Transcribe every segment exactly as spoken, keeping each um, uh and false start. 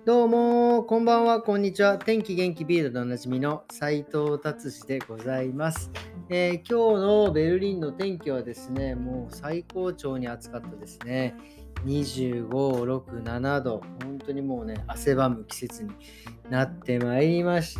どうも、こんばんは、こんにちは。天気元気ビールでおなじみの斉藤達治でございます、えー今日のベルリンの天気はですね、もう最高潮に暑かったですね。にじゅうご、ろく、ななど、本当にもうね、汗ばむ季節になってまいりました。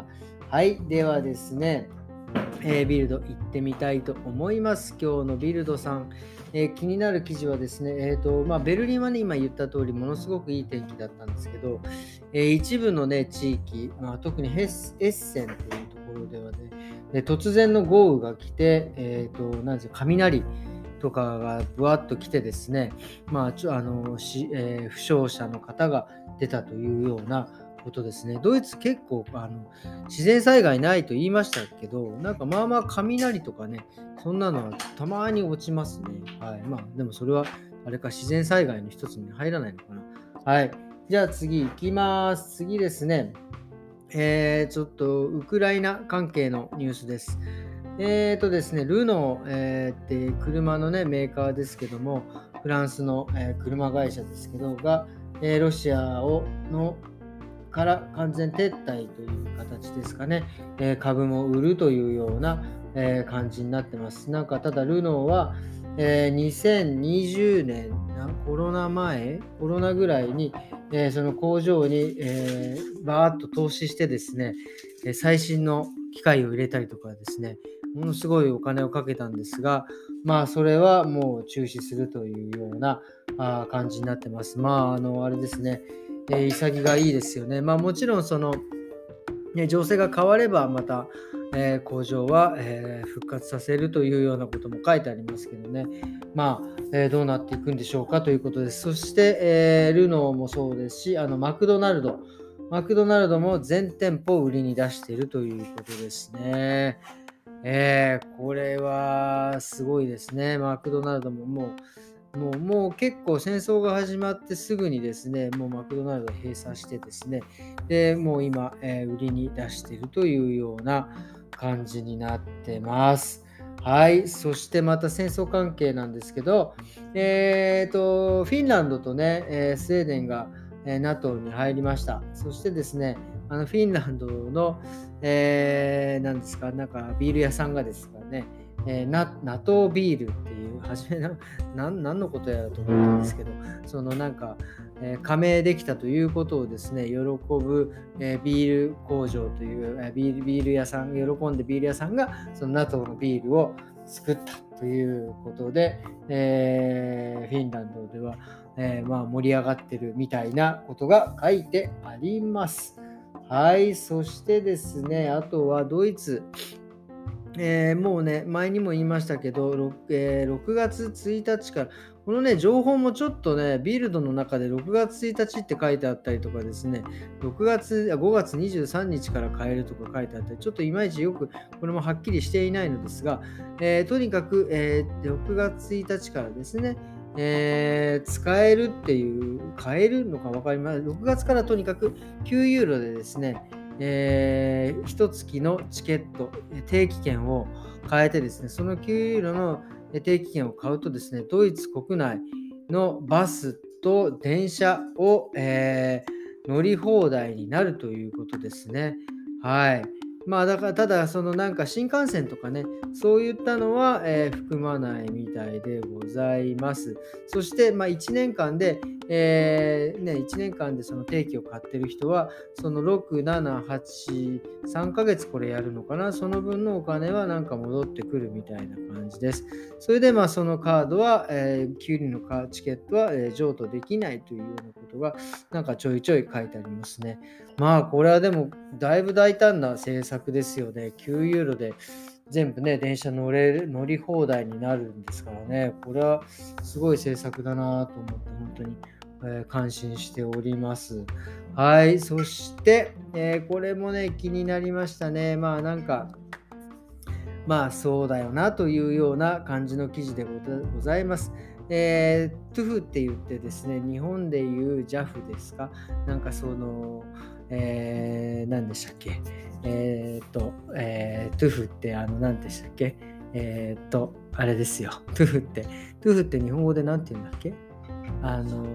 はい、ではですね、えービルド行ってみたいと思います。今日のビルドさん、えー気になる記事はですね、えーとまあ、ベルリンはね、今言った通り、ものすごくいい天気だったんですけど、えー一部のね、地域、まあ、特にヘッスエッセンというところではね、えー突然の豪雨が来て、えーとなんですよ雷とかがぶわっと来てですね、まあ、ちょあのしえー負傷者の方が出たというようなことですね。ドイツ結構あの自然災害ないと言いましたけど、なんかまあまあ雷とかね、そんなのはたまに落ちますね。はい。まあでもそれはあれか自然災害の一つに入らないのかな。はい。じゃあ次行きます。次ですね。えー、ちょっとウクライナ関係のニュースです。えーとですね、ルノー、えーって車のね、メーカーですけども、フランスの、えー車会社ですけど、が、えーロシアをのから完全撤退という形ですかね、えー株も売るというような、えー感じになってます。なんかただルノーは、えーにせんにじゅうねんなコロナ前コロナぐらいに、えーその工場に、えーバーッと投資してですね、えー最新の機械を入れたりとかですね、ものすごいお金をかけたんですが、まあそれはもう中止するというようなあー感じになってます。まああのあれですね、えー潔がいいですよね。まあもちろんその、ね、情勢が変わればまた、えー工場は、えー復活させるというようなことも書いてありますけどね。まあ、えーどうなっていくんでしょうかということです。そして、えールノーもそうですし、あのマクドナルド。マクドナルドも全店舗を売りに出しているということですね。えーこれはすごいですね。マクドナルドももう、もう、もう結構戦争が始まってすぐにですね、もうマクドナルドを閉鎖してですね、で、もう今、えー売りに出しているというような感じになってます。はい。そしてまた戦争関係なんですけど、えーと、フィンランドとね、えースウェーデンが、えー NATO に入りました。そしてですね、あのフィンランドの、えー、なんですか、なんかビール屋さんがですかね、えー、ナ NATO ビールっていう、初めな、なん何のことやらと思ったんですけど、そのなんか、えー加盟できたということをですね、喜ぶ、えービール工場という、えービール、ビール屋さん、喜んでビール屋さんが、その NATO のビールを作ったということで、えーフィンランドでは、えーまあ、盛り上がってるみたいなことが書いてあります。はい、そしてですね、あとはドイツ。えーもうね、前にも言いましたけど、ろくえーろくがつついたちから、このね、情報もちょっとね、ビルドの中でろくがつついたちって書いてあったりとかですね、ろくがつ、あごがつにじゅうさんにちから買えるとか書いてあったり、ちょっといまいちよくこれもはっきりしていないのですが、えーとにかく、えーろくがつついたちからですね、えー使えるっていう、買えるのか分かります。ろくがつからとにかくきゅうユーロでですね、えー、いちがつのチケット、え定期券を変えてですね、そのきゅうユーロのえ定期券を買うとですね、ドイツ国内のバスと電車を、えー乗り放題になるということですね。はい。まあだからただそのなんか新幹線とかね、そういったのは、えー含まないみたいでございます。そしてまあいちねんかんで、えーね、いちねんかんでその定期を買ってる人は、そのろく、なな、はち、さんかげつこれやるのかな、その分のお金はなんか戻ってくるみたいな感じです。それでまあそのカードは、えー、きゅうりのカチケットは、えー譲渡できないというようなことがなんかちょいちょい書いてありますね。まあこれはでもだいぶ大胆な政策ですよね。きゅうユーロで全部ね、電車乗れる、乗り放題になるんですからね。これはすごい政策だなと思って、本当に、えー感心しております。はい。そして、えーこれもね、気になりましたね。まあなんか、まあそうだよなというような感じの記事でござございます。えー、トゥフって言ってですね、日本でいう ジャフ ですか、なんかその、えー、何でしたっけ、えー、っと、えー、トゥフってあの、何でしたっけ、えー、っと、あれですよ、トゥフって、トゥフって日本語で何て言うんだっけ、あの、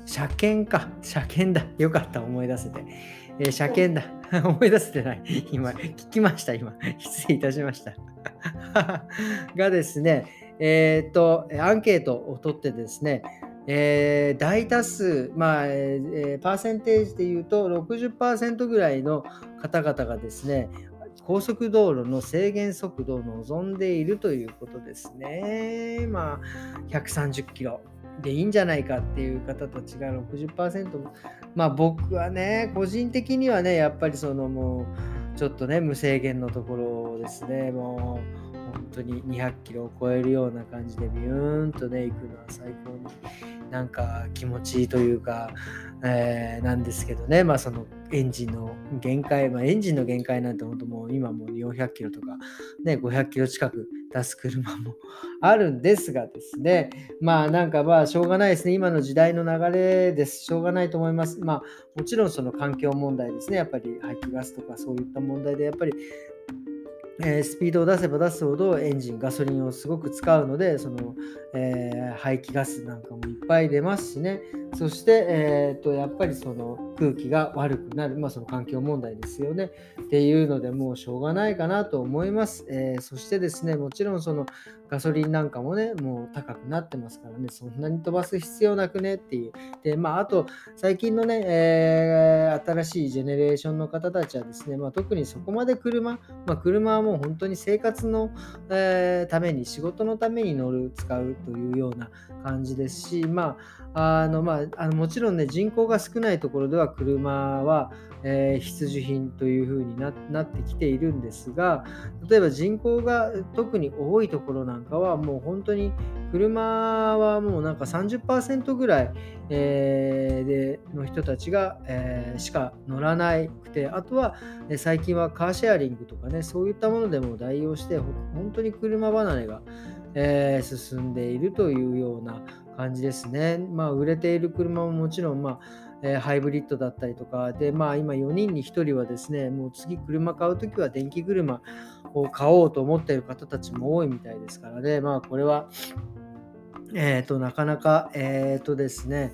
車検か。車検だ。よかった、思い出せて。えー車検だ。思い出せてない。今、聞きました、今。失礼いたしました。がですね、えーっと、えアンケートを取ってですね、えー大多数、まあ、えーえーパーセンテージで言うとろくじゅっパーセントぐらいの方々がですね、高速道路の制限速度を望んでいるということですね。まあ、ひゃくさんじゅっキロでいいんじゃないかっていう方たちがろくじゅっパーセント。まあ僕はね、個人的にはね、やっぱりそのもう、ちょっとね、無制限のところですね、もう本当ににひゃくキロを超えるような感じでビューンとね、行くのは最高になんか気持ちいいというか、えーなんですけどね、まあそのエンジンの限界、まあエンジンの限界なんて本当もう今もうよんひゃくキロとかね、ごひゃくキロ近く出す車もあるんですがですね、まあなんかまあしょうがないですね。今の時代の流れです。しょうがないと思います。まあもちろんその環境問題ですね。やっぱり排気ガスとかそういった問題でやっぱりえースピードを出せば出すほどエンジン、ガソリンをすごく使うので、その、えー排気ガスなんかもいっぱい出ますしね。そして、えーと、やっぱりその空気が悪くなる、まあその環境問題ですよね。っていうので、もうしょうがないかなと思います。えーそしてですね、もちろんそのガソリンなんかもね、もう高くなってますからね、そんなに飛ばす必要なくねっていう。で、まああと、最近のね、えー新しいジェネレーションの方たちはですね、まあ特にそこまで車、まあ、車はもう本当に生活の、えーために、仕事のために乗る、使うというような感じですし、まあ、あの、まあ、あのもちろんね、人口が少ないところでは車は、えー必需品というふうにななってきているんですが、例えば人口が特に多いところなんかは、もう本当に車はもうなんかさんじゅっパーセントぐらい、えーでの人たちが、えーしか乗らなくて、あとはで最近はカーシェアリングとかね、そういったものでも代用して、ほ本当に車離れが、えー進んでいるというような感じですね。まあ、売れている車ももちろん、まあ、えーハイブリッドだったりとか、で、まあ、今よにんにひとりはですね、もう次車買うときは電気車を買おうと思っている方たちも多いみたいですからね、まあ、これは、えーと、なかなか、えーとですね、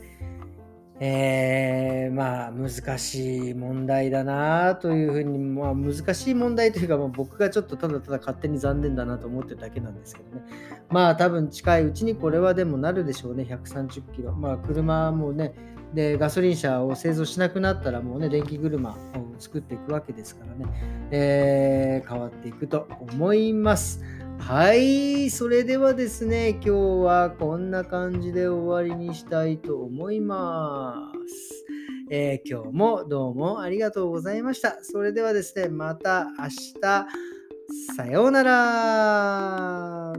えー、まあ難しい問題だなというふうに、まあ難しい問題というか、まあ、僕がちょっとただただ勝手に残念だなと思ってるだけなんですけどね。まあ多分近いうちにこれはでもなるでしょうね、ひゃくさんじゅっキロ。まあ車もね、で、ガソリン車を製造しなくなったらもうね、電気車を作っていくわけですからね、えー変わっていくと思います。はい、それではですね、今日はこんな感じで終わりにしたいと思います。えー今日もどうもありがとうございました。それではですね、また明日、さようなら。